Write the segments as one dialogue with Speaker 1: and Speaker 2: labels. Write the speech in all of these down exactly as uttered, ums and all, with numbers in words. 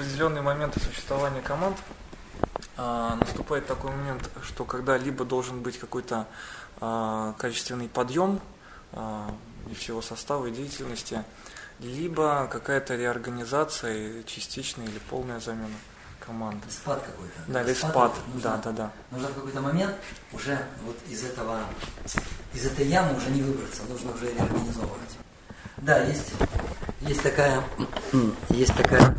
Speaker 1: определенные моменты существования команд а, наступает такой момент, что когда либо должен быть какой-то а, качественный подъем а, и всего состава и деятельности, либо какая-то реорганизация, частичная или полная замена команды.
Speaker 2: Спад какой-то.
Speaker 1: Да, или спад. Да, да, да.
Speaker 2: Нужно в какой-то момент уже вот из этого, из этой ямы уже не выбраться, нужно уже реорганизовывать. Да, есть, есть такая, есть такая,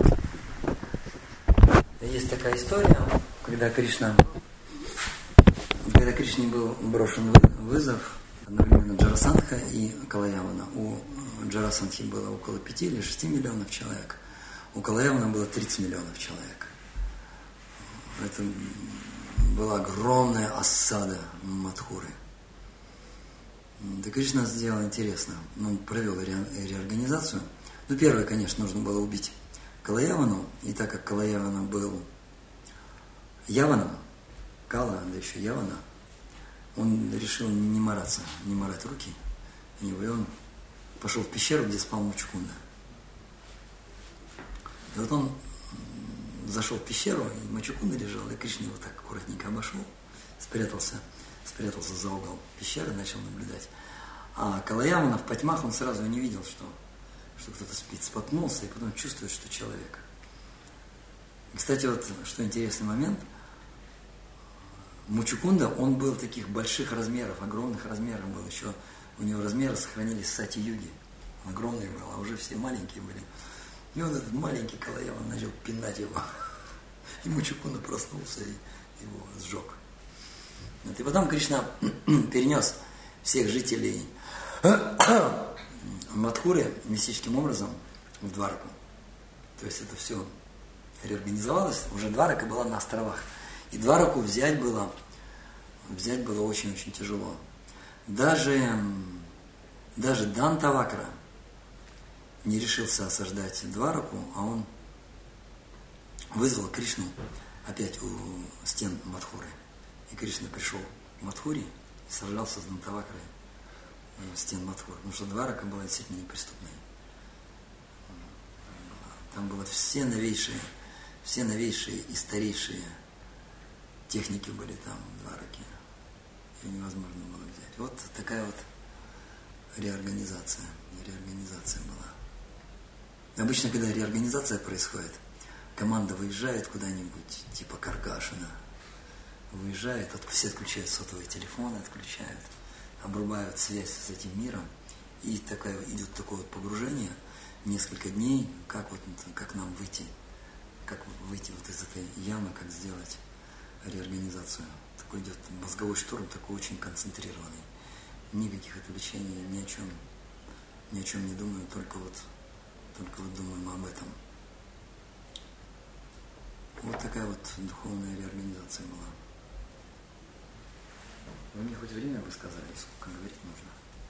Speaker 2: есть такая история, когда Кришна, когда Кришне был брошен вызов одновременно Джарасандха и Калаявана. У Джарасандхи было около пяти или шести миллионов человек. У Калаявана было тридцать миллионов человек. Это была огромная осада Мадхуры. Да Кришна сделал интересно. Он провел ре, реорганизацию. Ну, первое, конечно, нужно было убить Калаявану. И так как Калаявана был Яваном, Кала, да еще Явана, он решил не мараться, не марать руки. И он пошел в пещеру, где спал Мучкунда. И вот он зашел в пещеру, и Мачукунда лежал, и Кришна его так аккуратненько обошел, спрятался, спрятался за угол пещеры, начал наблюдать. А Калаявана в потьмах он сразу не видел, что, что кто-то спит, споткнулся, и потом чувствует, что человек. И, кстати, вот что интересный момент, Мучукунда, он был таких больших размеров, огромных размеров был, еще у него размеры сохранились в Сати-юге, он огромный был, а уже все маленькие были. И он, этот маленький Калаяван, начал пинать его. И Мучукунда проснулся и его сжег. Вот. И потом Кришна перенес всех жителей Мадхуры мистическим образом в Двараку. То есть это все реорганизовалось. Уже Дварака была на островах. И Двараку взять было, взять было очень-очень тяжело. Даже, даже Дантавакра не решился осаждать Двараку, а он вызвал Кришну опять у стен Мадхуры. И Кришна пришел к Мадхуре и сражался с Дантавакрой у стен Мадхуры. Потому что Дварака была действительно неприступной. Там было все новейшие, все новейшие и старейшие техники были там в Двараке. Ее невозможно было взять. Вот такая вот реорганизация. Реорганизация была. Обычно, когда реорганизация происходит, команда выезжает куда-нибудь, типа Каргашина, выезжает, все отключают сотовые телефоны, отключают, обрубают связь с этим миром, и такое, идет такое вот погружение, несколько дней, как, вот, как нам выйти, как выйти вот из этой ямы, как сделать реорганизацию. Такой идет мозговой штурм, такой очень концентрированный. Никаких отвлечений, ни о чем, ни о чем не думаю, только вот Только вот думаем об этом. Вот такая вот духовная реорганизация была. Вы мне хоть время бы сказали, сколько говорить нужно?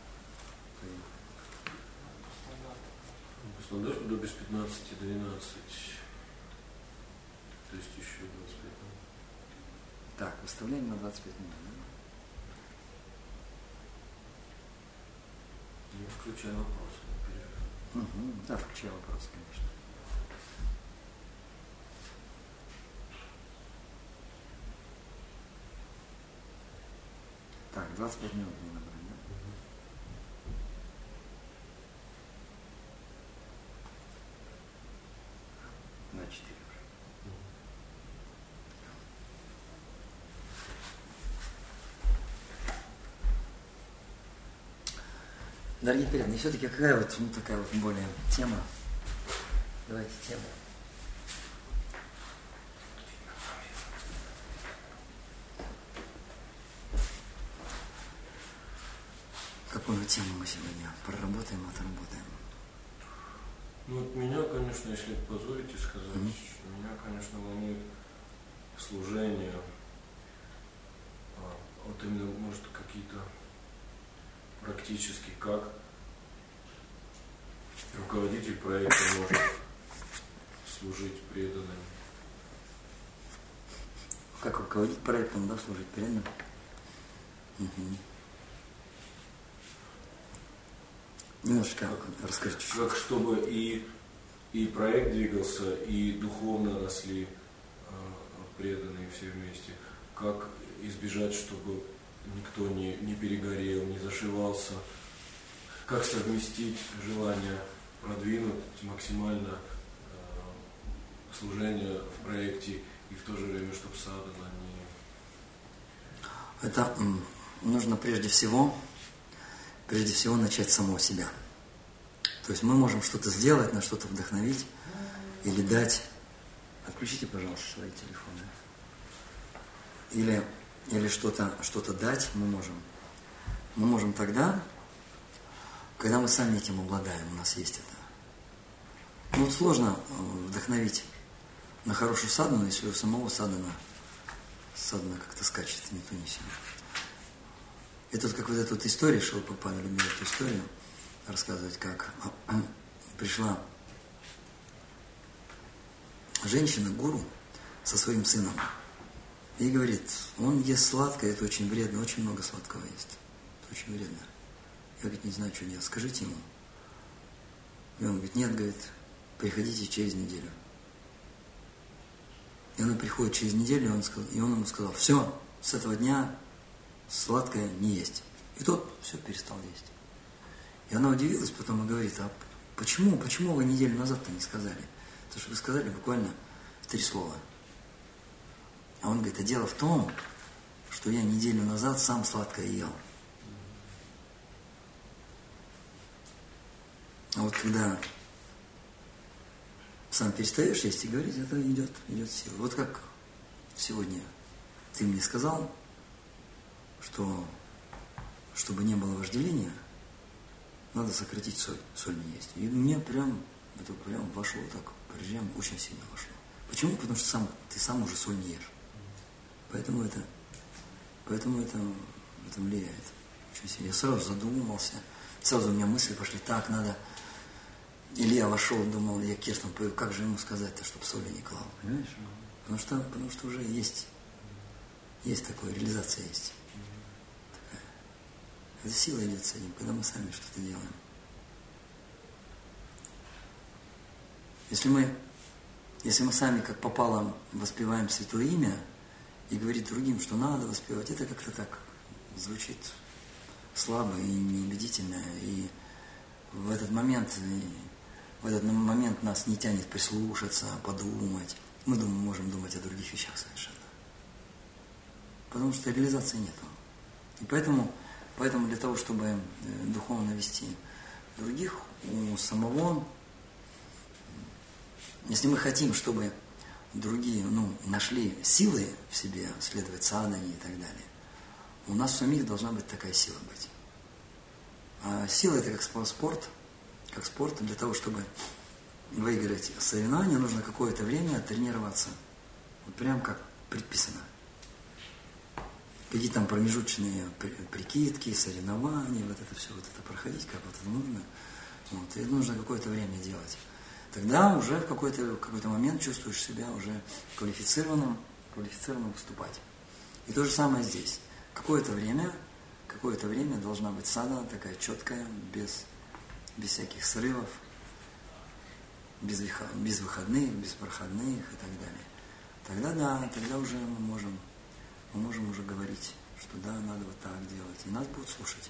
Speaker 3: Стандартно до без пятнадцати двенадцать. То есть еще двадцать пять минут.
Speaker 2: Так, выставляем на двадцать пять минут.
Speaker 3: Не включая вопросы.
Speaker 2: Угу, да, включая вопрос, конечно. Так, двадцать пять минут мне набрать, да? Угу. На четыре уже. Дорогие преданные, все-таки какая вот, ну, такая вот более тема? Давайте тему. Какую тему мы сегодня проработаем, отработаем?
Speaker 3: Ну, вот меня, конечно, если позволите сказать, mm-hmm. меня, конечно, волнует служение, а, вот именно, может, какие-то практически, как руководитель проекта может служить преданным.
Speaker 2: Как руководить проектом, да, служить преданным? Угу. Немножко
Speaker 3: как,
Speaker 2: расскажите.
Speaker 3: Как чтобы и и проект двигался, и духовно росли преданные все вместе. Как избежать, чтобы никто не, не перегорел, не зашивался? Как совместить желание продвинуть максимально э, служение в проекте и в то же время, чтобы садхана не...
Speaker 2: Это нужно прежде всего, прежде всего начать с самого себя. То есть мы можем что-то сделать, на что-то вдохновить или дать. Отключите, пожалуйста, свои телефоны. Или, или что-то, что-то дать мы можем. Мы можем тогда, когда мы сами этим обладаем, у нас есть это. Ну вот сложно вдохновить на хорошую садхану, если у самого садхана, садхана как-то скачет, не то не сё. И тут как вот эта вот история, Шрила Прабхупада любил эту историю рассказывать, как пришла женщина к гуру со своим сыном и говорит, он ест сладкое, это очень вредно, очень много сладкого ест. Это очень вредно. Я, говорит, не знаю, что делать, скажите ему. И он говорит, нет, говорит, приходите через неделю. И она приходит через неделю, и он, сказал, и он ему сказал, все, с этого дня сладкое не есть. И тот все перестал есть. И она удивилась потом и говорит, а почему, почему вы неделю назад-то не сказали? Потому что вы сказали буквально три слова. А он говорит, а дело в том, что я неделю назад сам сладкое ел. А вот когда сам перестаешь есть и говорить, это идет, идет сила. Вот как сегодня ты мне сказал, что чтобы не было вожделения, надо сократить соль, соль не есть. И мне прям, это прям вошло так, прям очень сильно вошло. Почему? Потому что сам, ты сам уже соль не ешь. Поэтому это, поэтому это, это влияет очень сильно. Я сразу задумался, сразу у меня мысли пошли, так, надо... Илья вошел, думал, я Киртан пою, как же ему сказать-то, чтобы соли не клал, понимаешь? Потому что, потому что уже есть, есть такое, реализация есть. Такая. Это сила идет с этим, когда мы сами что-то делаем. Если мы, если мы сами как попало воспеваем Святое Имя и говорит другим, что надо воспевать, это как-то так звучит слабо и неубедительно. И в этот момент, в этот момент нас не тянет прислушаться, подумать. Мы думаем, можем думать о других вещах совершенно. Потому что реализации нету. И поэтому, поэтому для того, чтобы духовно вести других, у самого, если мы хотим, чтобы другие ну, нашли силы в себе, следовать садхане и так далее, у нас самих должна быть такая сила быть. А сила это как спорт, как спорт, для того, чтобы выиграть соревнования, нужно какое-то время тренироваться. Вот прям как предписано. Какие там промежуточные прикидки, соревнования, вот это все, вот это проходить, как вот это нужно. Вот, и это нужно какое-то время делать. Тогда уже в какой-то, какой-то момент чувствуешь себя уже квалифицированным, квалифицированным выступать. И то же самое здесь. Какое-то время, какое-то время должна быть садхана такая четкая, без, без всяких срывов, без, без выходных, без проходных и так далее. Тогда да, тогда уже мы можем, мы можем уже говорить, что да, надо вот так делать. И нас будут слушать.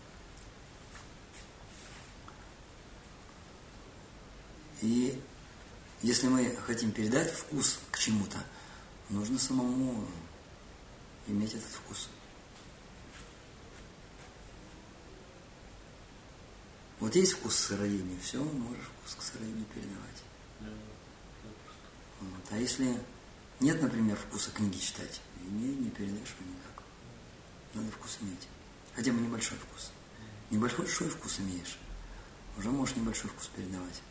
Speaker 2: И если мы хотим передать вкус к чему-то, нужно самому иметь этот вкус. Вот есть вкус к сыроедению, все, можешь вкус к сыроедению передавать. Вот. А если нет, например, вкуса книги читать, не, не передаешь его никак. Надо вкус иметь. Хотя бы небольшой вкус. Небольшой вкус имеешь, уже можешь небольшой вкус передавать.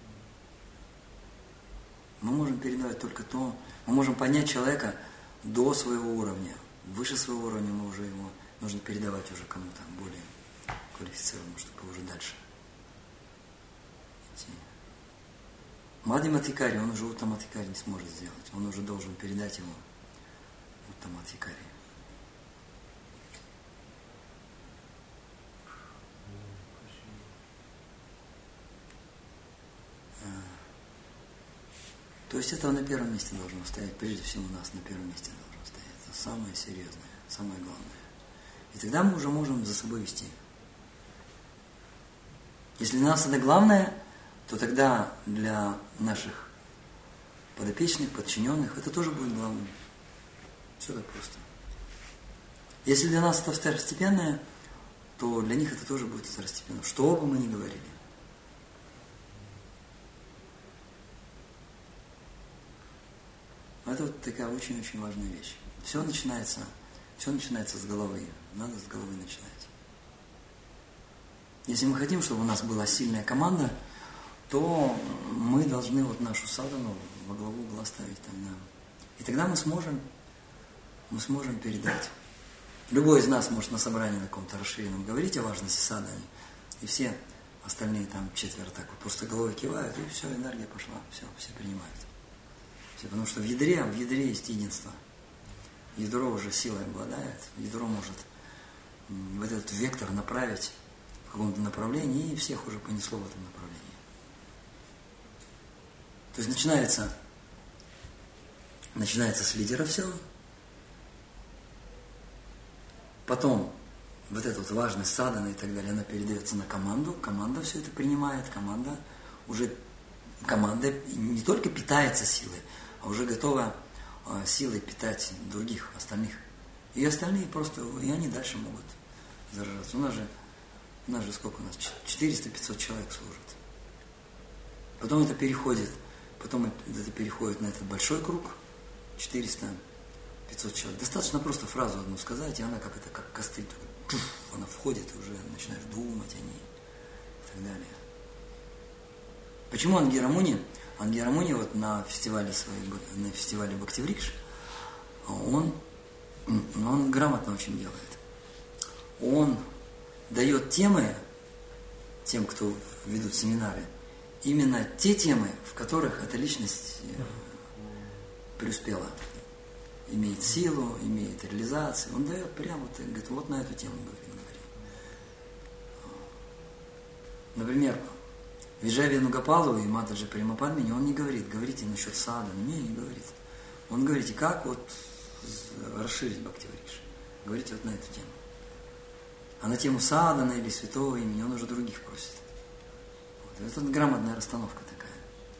Speaker 2: Мы можем передавать только то, мы можем поднять человека до своего уровня. Выше своего уровня мы уже его нужно передавать уже кому-то более квалифицированному, чтобы уже дальше идти. Мадхиматхикари, он уже Уттамадхикари не сможет сделать. Он уже должен передать его Уттамадхикари. То есть это на первом месте должно стоять, прежде всего у нас на первом месте должно стоять. Это самое серьезное, самое главное. И тогда мы уже можем за собой вести. Если для нас это главное, то тогда для наших подопечных, подчиненных, это тоже будет главным. Все так просто. Если для нас это второстепенное, то для них это тоже будет второстепенно. Что бы мы ни говорили. Это вот такая очень-очень важная вещь. Все начинается, все начинается с головы. Надо с головы начинать. Если мы хотим, чтобы у нас была сильная команда, то мы должны вот нашу садану во главу угла ставить тогда. И тогда мы сможем, мы сможем передать. Любой из нас может на собрании на каком-то расширенном говорить о важности саданы, и все остальные там четверо так вот просто головой кивают, и все, энергия пошла, все, все принимают. Все, потому что в ядре, в ядре есть единство. Ядро уже силой обладает, ядро может вот этот вектор направить в каком-то направлении, и всех уже понесло в этом направлении. То есть начинается, начинается с лидера все, потом вот эта вот важность садана и так далее, она передается на команду, команда все это принимает, команда уже, команда не только питается силой, а уже готова э, силой питать других, остальных. И остальные просто, и они дальше могут заражаться. У нас же, у нас же сколько у нас? четыреста-пятьсот человек служат. Потом это переходит, потом это переходит на этот большой круг, четыреста-пятьсот человек. Достаточно просто фразу одну сказать, и она как это, как костыль, она входит, и уже начинаешь думать о ней и так далее. Почему Ангира Муни? Ангира Муни вот на фестивале своей, на фестивале Бхактиврикш, он, он грамотно очень делает. Он дает темы тем, кто ведут семинары, именно те темы, в которых эта личность преуспела. Имеет силу, имеет реализацию. Он дает прямо, вот, говорит, вот на эту тему говорит. говорит. Например, Виджай Венугопалу и Матаджи Примападмини, он не говорит, говорите насчет садханы, не, не говорит. Он говорит, как вот расширить Бхактиврикш. Говорите вот на эту тему. А на тему садханы или святого имени он уже других просит. Вот. Это грамотная расстановка такая.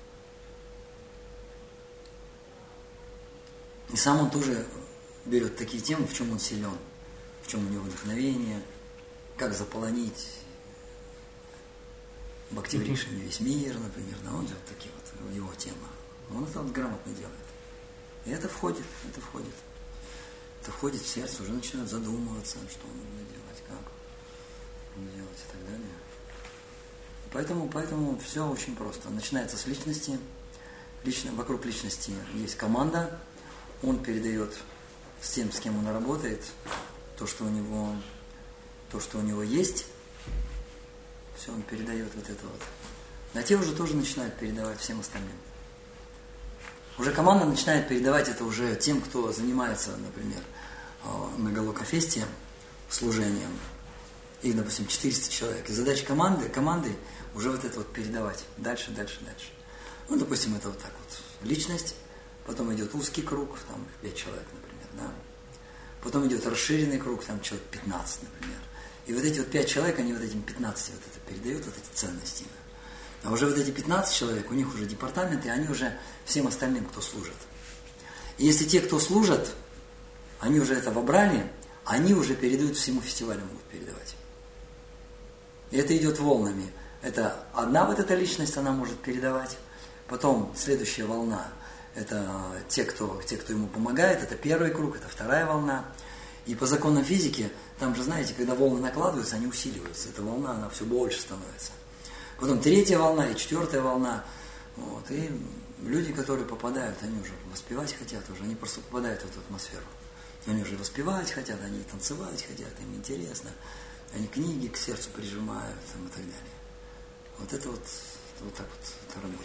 Speaker 2: И сам он тоже берет такие темы, в чем он силен, в чем у него вдохновение, как заполонить Бхактиврикшами весь мир, например, да, он делает такие вот, его тема. Он это вот грамотно делает. И это входит, это входит. Это входит в сердце, уже начинают задумываться, что он будет делать, как он будет делать и так далее. Поэтому, поэтому все очень просто. Начинается с личности. Лично, вокруг личности есть команда. Он передает с тем, с кем он работает, то, что у него, то, что у него есть. Все, он передает вот это вот. А те уже тоже начинают передавать всем остальным. Уже команда начинает передавать это уже тем, кто занимается, например, на Галокафесте служением. Их, допустим, четыреста человек. И задача команды, команды уже вот это вот передавать. Дальше, дальше, дальше. Ну, допустим, это вот так вот. Личность. Потом идет узкий круг, там пять человек, например, да. Потом идет расширенный круг, там человек пятнадцать, например. И вот эти вот пять человек, они вот этим пятнадцати вот это передают, вот эти ценности. А уже вот эти пятнадцать человек, у них уже департаменты, они уже всем остальным, кто служит. И если те, кто служат, они уже это вобрали, они уже передают всему фестивалю, могут передавать. И это идет волнами. Это одна вот эта личность, она может передавать. Потом следующая волна. Это те кто, те, кто ему помогает, это первый круг, это вторая волна. И по законам физики, там же, знаете, когда волны накладываются, они усиливаются. Эта волна, она все больше становится. Потом третья волна и четвертая волна. Вот. И люди, которые попадают, они уже воспевать хотят уже, они просто попадают в эту атмосферу. Они уже воспевать хотят, они танцевать хотят, им интересно. Они книги к сердцу прижимают там, и так далее. Вот это вот, вот так вот это работает.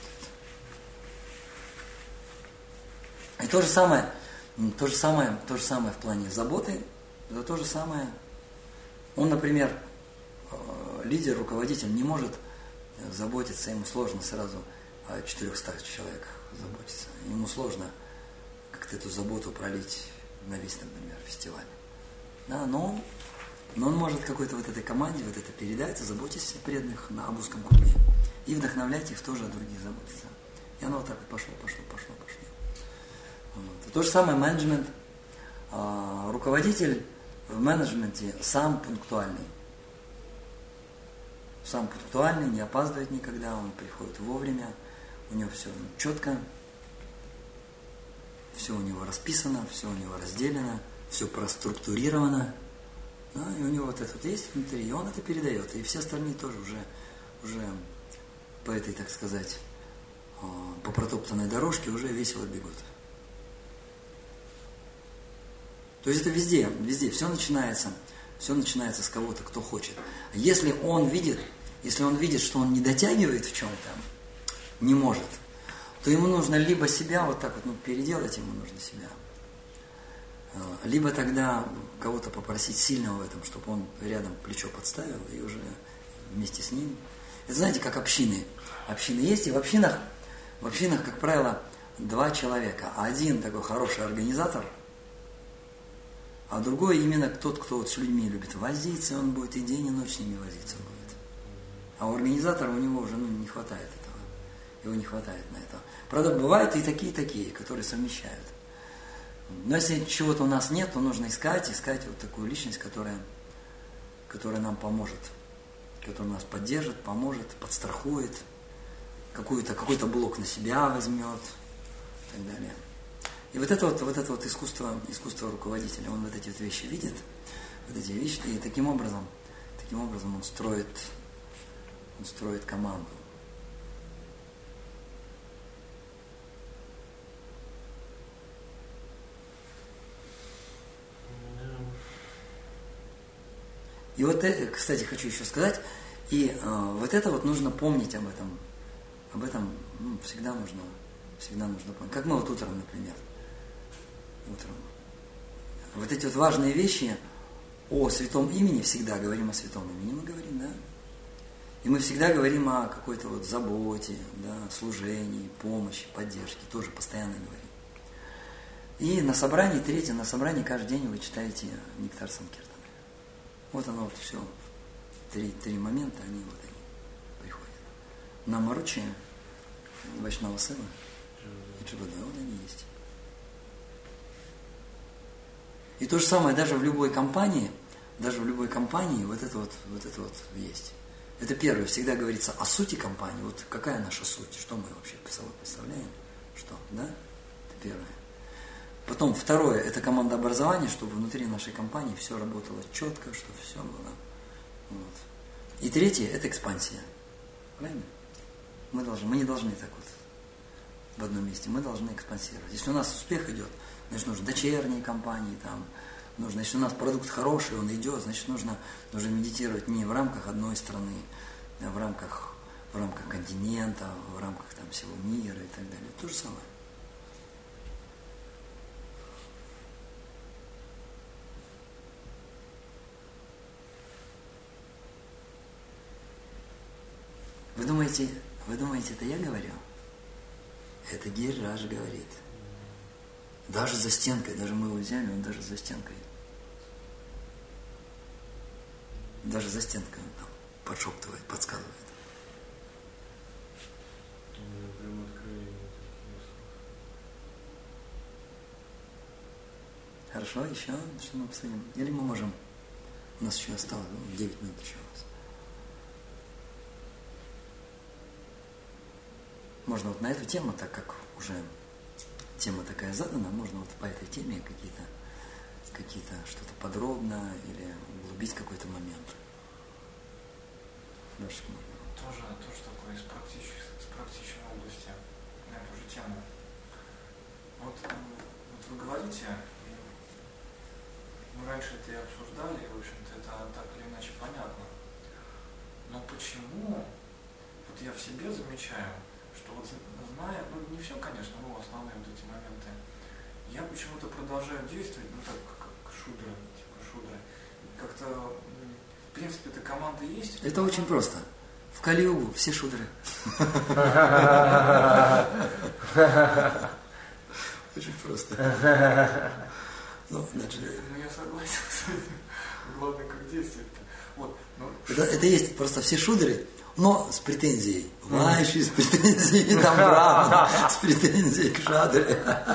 Speaker 2: И то же самое, то же самое, то же самое в плане заботы, это то же самое. Он, например, лидер, руководитель не может заботиться, ему сложно сразу о четырехстах человеках заботиться. Ему сложно как-то эту заботу пролить на весь, например, фестиваль. Да, но он, но он может какой-то вот этой команде вот это передать, заботьтесь о преданных на об узком круге. И вдохновляйте их тоже о других заботиться. И оно вот так вот пошло, пошло, пошло, пошло. Вот. То же самое менеджмент. А, руководитель в менеджменте сам пунктуальный. Сам пунктуальный, не опаздывает никогда, он приходит вовремя, у него все четко, все у него расписано, все у него разделено, все проструктурировано. Да, и у него вот это вот есть внутри, и он это передает. И все остальные тоже уже, уже по этой, так сказать, по протоптанной дорожке уже весело бегут. То есть это везде, везде, все начинается, все начинается с кого-то, кто хочет. Если он видит, если он видит, что он не дотягивает в чем-то, не может, то ему нужно либо себя вот так вот, ну, переделать ему нужно себя, либо тогда кого-то попросить сильного в этом, чтобы он рядом плечо подставил и уже вместе с ним. Это знаете, как общины. Общины есть, и в общинах, в общинах, как правило, два человека. Один такой хороший организатор, а другой именно тот, кто вот с людьми любит возиться, он будет и день, и ночь с ними возиться будет. А у организатора у него уже ну, не хватает этого. Его не хватает на это. Правда, бывают и такие-такие, которые совмещают. Но если чего-то у нас нет, то нужно искать, искать вот такую личность, которая, которая нам поможет, которая нас поддержит, поможет, подстрахует, какую-то, какой-то блок на себя возьмет и так далее. И вот это вот, вот это вот искусство, искусство руководителя, он вот эти вот вещи видит, вот эти вещи, и таким образом, таким образом он строит, он строит команду. И вот это, кстати, хочу еще сказать, и э, вот это вот нужно помнить об этом, об этом ну, всегда нужно, всегда нужно помнить. Как мы вот утром, например, утром. Вот эти вот важные вещи о святом имени, всегда говорим о святом имени, мы говорим, да? И мы всегда говорим о какой-то вот заботе, да, служении, помощи, поддержке, тоже постоянно говорим. И на собрании, третье, на собрании каждый день вы читаете Нектар Санкиртана. Вот оно вот все, три, три момента, они вот они приходят. Намаручи, Вайшнава Сева и Дживада, вот они есть. И то же самое даже в любой компании, даже в любой компании вот это вот, вот это вот есть. Это первое, всегда говорится о сути компании, вот какая наша суть, что мы вообще собой представляем, что, да? Это первое. Потом второе, это командообразование, чтобы внутри нашей компании все работало четко, чтобы все было. Вот. И третье, это экспансия. Правильно? Мы, должны, мы не должны так вот в одном месте, мы должны экспансировать. Если у нас успех идет, значит, нужны дочерние компании, там, нужно, если у нас продукт хороший, он идет, значит, нужно, нужно медитировать не в рамках одной страны, а в рамках, в рамках континента, в рамках там, всего мира и так далее. То же самое. Вы думаете, вы думаете, это я говорю? Это Гираж говорит. Даже за стенкой, даже мы его взяли, он даже за стенкой. Даже за стенкой он там подшептывает, подсказывает. Хорошо, еще что мы обсудим? Или мы можем? У нас еще осталось ну, девять минут еще у нас. Можно вот на эту тему, так как уже тема такая задана, можно вот по этой теме какие-то, какие-то что-то подробно или углубить какой-то момент. Дальше можно.
Speaker 1: Тоже, тоже такое из практической, из практической области на эту же тему. Вот, вот вы говорите, мы раньше это и обсуждали, и, в общем-то, это так или иначе понятно. Но почему, вот я в себе замечаю, что вот зная, ну не все, конечно, но основные вот эти моменты, я почему-то продолжаю действовать, ну так, как шудра, типа шудра. Как-то, в принципе, эта команда есть.
Speaker 2: Это очень просто. В Кали-югу все шудры. Очень просто. Ну, значит,
Speaker 1: ну, я согласен с этим. Главное, как действовать. Вот, ну,
Speaker 2: это, это есть просто все шудры, но с претензией. Вайши с претензией, там Брахман с претензией к шадре.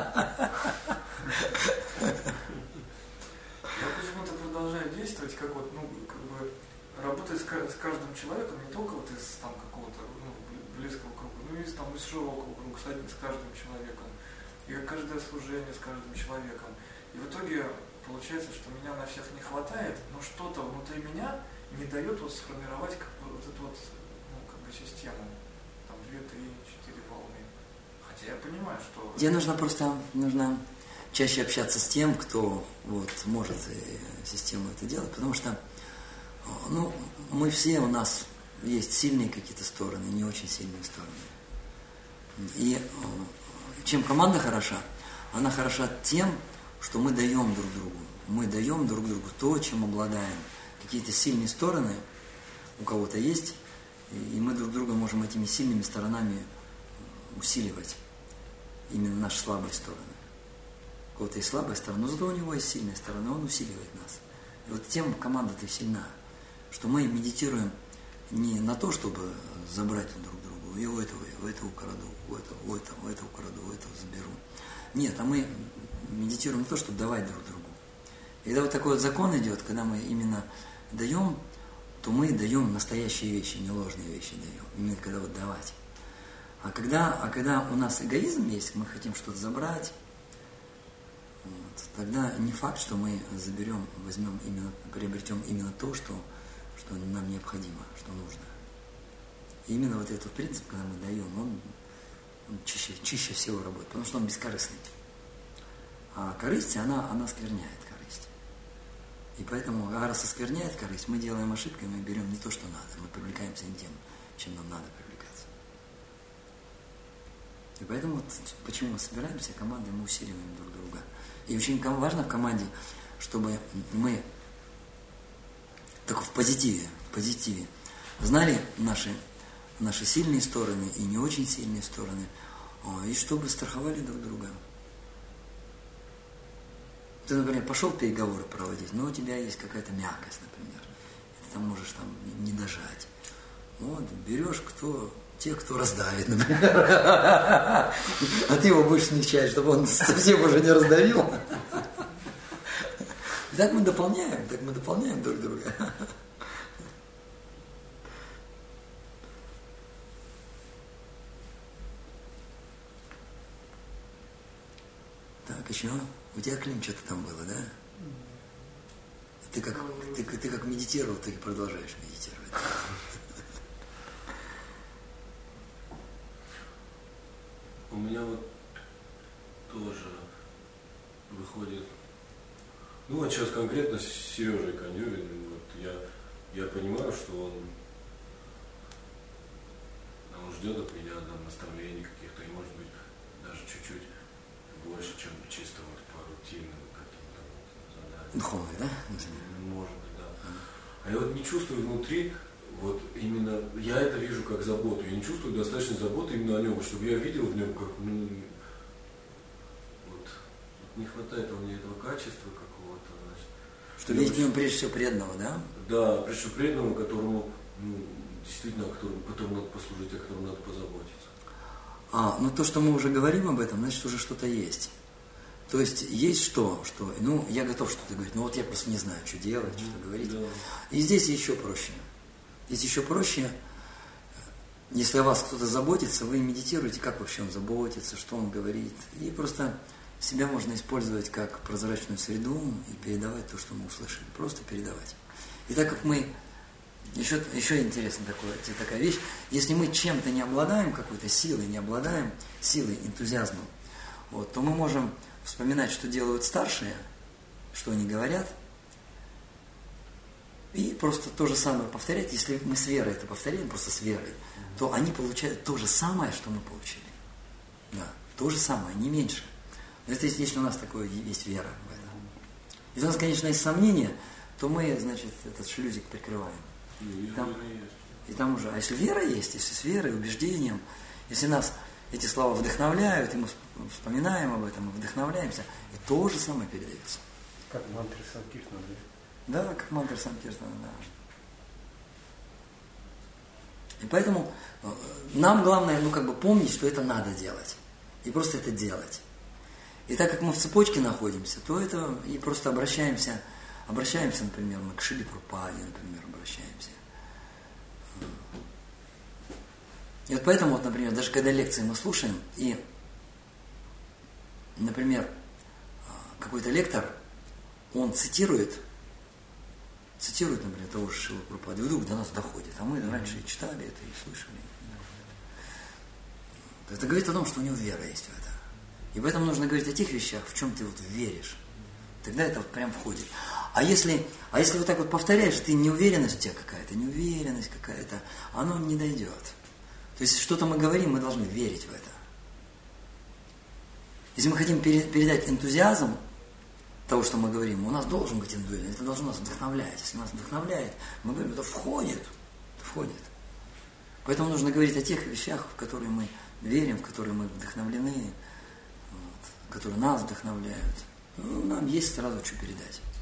Speaker 1: Я почему-то продолжаю действовать, как вот, ну, как бы, работая с, с каждым человеком, не только вот из там какого-то, ну, близкого круга, но и из, там, из широкого круга, с, с каждым человеком. И каждое служение с каждым человеком. И в итоге получается, что меня на всех не хватает, но что-то внутри меня не дает вот сформировать как бы, вот эту вот, ну, как бы систему. Там две, три, четыре волны. Хотя я понимаю, что...
Speaker 2: Тебе нужно просто, нужно чаще общаться с тем, кто вот может систему это делать, потому что, ну, мы все, у нас есть сильные какие-то стороны, не очень сильные стороны. И чем команда хороша? Она хороша тем, что мы даем друг другу. Мы даем друг другу то, чем обладаем. Какие-то сильные стороны у кого-то есть, и мы друг друга можем этими сильными сторонами усиливать. Именно наши слабые стороны. У кого-то есть слабая сторона, но зато у него есть сильная сторона, он усиливает нас. И вот тем команда-то сильна, что мы медитируем не на то, чтобы забрать друг друга. Я у этого, я у этого украду, у этого, у этого, у этого украду, у этого заберу. Нет, а мы медитируем на то, чтобы давать друг другу. И когда вот такой вот закон идет, когда мы именно даем, то мы даем настоящие вещи, не ложные вещи даем. Именно когда вот давать. А когда, а когда у нас эгоизм есть, мы хотим что-то забрать, вот, тогда не факт, что мы заберем, возьмем именно, приобретем именно то, что, что нам необходимо, что нужно. И именно вот этот принцип, когда мы даем, он, он чище, чище всего работает, потому что он бескорыстный. А корысть, она, она скверняет корысть. И поэтому, раз оскверняет корысть, мы делаем ошибки, мы берем не то, что надо, мы привлекаемся не тем, чем нам надо привлекаться. И поэтому, вот, почему мы собираемся командой, мы усиливаем друг друга. И очень важно в команде, чтобы мы так в позитиве, в позитиве знали наши, наши сильные стороны и не очень сильные стороны, и чтобы страховали друг друга. Ты, например, пошел переговоры проводить, но у тебя есть какая-то мягкость, например. И ты там можешь там не дожать. Вот, берешь кто, те, кто раздавит, например. А ты его будешь смягчать, чтобы он совсем уже не раздавил. И так мы дополняем, так мы дополняем друг друга. Так, еще... У тебя, Клим, что-то там было, да? Ты как, ты, ты как медитировал, ты продолжаешь медитировать.
Speaker 3: У меня вот тоже выходит... Ну вот сейчас конкретно с Сережей Коневиным, вот я, я понимаю, что он, он ждет от меня там, наставлений каких-то, и может быть даже чуть-чуть больше, чем чисто вот по рутинным каким-то вот задачам.
Speaker 2: Духовный, да?
Speaker 3: Может быть, да. А я вот не чувствую внутри, вот именно, я это вижу как заботу, я не чувствую достаточно заботы именно о нем, чтобы я видел в нем как, ну, вот, не хватает у меня этого качества какого-то, значит.
Speaker 2: Что видеть в нем прежде всего преданного, да?
Speaker 3: Да, прежде всего преданного, которому, ну, действительно, о котором, которому надо послужить, о котором надо позаботиться.
Speaker 2: А, ну то, что мы уже говорим об этом, значит, уже что-то есть. То есть есть что, что, ну, я готов что-то говорить, но вот я просто не знаю, что делать, mm-hmm. что говорить. Да. И здесь еще проще. Здесь еще проще, если о вас кто-то заботится, вы медитируете, как вообще он заботится, что он говорит. И просто себя можно использовать как прозрачную среду и передавать то, что мы услышали. Просто передавать. И так как мы... Еще, еще интересная такая, такая вещь. Если мы чем-то не обладаем, какой-то силой не обладаем, силой, энтузиазмом, вот, то мы можем вспоминать, что делают старшие, что они говорят, и просто то же самое повторять. Если мы с верой это повторяем, просто с верой, то они получают то же самое, что мы получили. Да, то же самое, не меньше. Но это если у нас такое есть вера в это. Если у нас, конечно, есть сомнения, то мы, значит, этот шлюзик прикрываем.
Speaker 3: Ну,
Speaker 2: Там, И там уже, а если вера есть, если с верой, убеждением, если нас эти слова вдохновляют, и мы вспоминаем об этом, мы вдохновляемся, и то же самое передается.
Speaker 4: Как мантры Санкиртана, да?
Speaker 2: Да, как мантры Санкиртана, да. И поэтому нам главное, ну, как бы помнить, что это надо делать. И просто это делать. И так как мы в цепочке находимся, то это и просто обращаемся, обращаемся, например, мы к Шриле Прабхупаде, например, обращаемся. И вот поэтому, вот, например, даже когда лекции мы слушаем, и, например, какой-то лектор, он цитирует, цитирует, например, того же Шрилу Прабхупаду, и вдруг до нас доходит, а мы раньше и читали это, и слышали. Это говорит о том, что у него вера есть в это. И поэтому нужно говорить о тех вещах, в чем ты вот веришь. Тогда это вот прям входит. А если, а если вот так вот повторяешь, ты неуверенность у тебя какая-то, неуверенность какая-то, оно не дойдет. То есть что-то мы говорим, мы должны верить в это. Если мы хотим передать энтузиазм того, что мы говорим, у нас должен быть энтузиазм, это должно нас вдохновлять. Если нас вдохновляет, мы говорим, это входит, это входит. Поэтому нужно говорить о тех вещах, в которые мы верим, в которые мы вдохновлены, вот, которые нас вдохновляют. Ну, нам есть сразу что передать.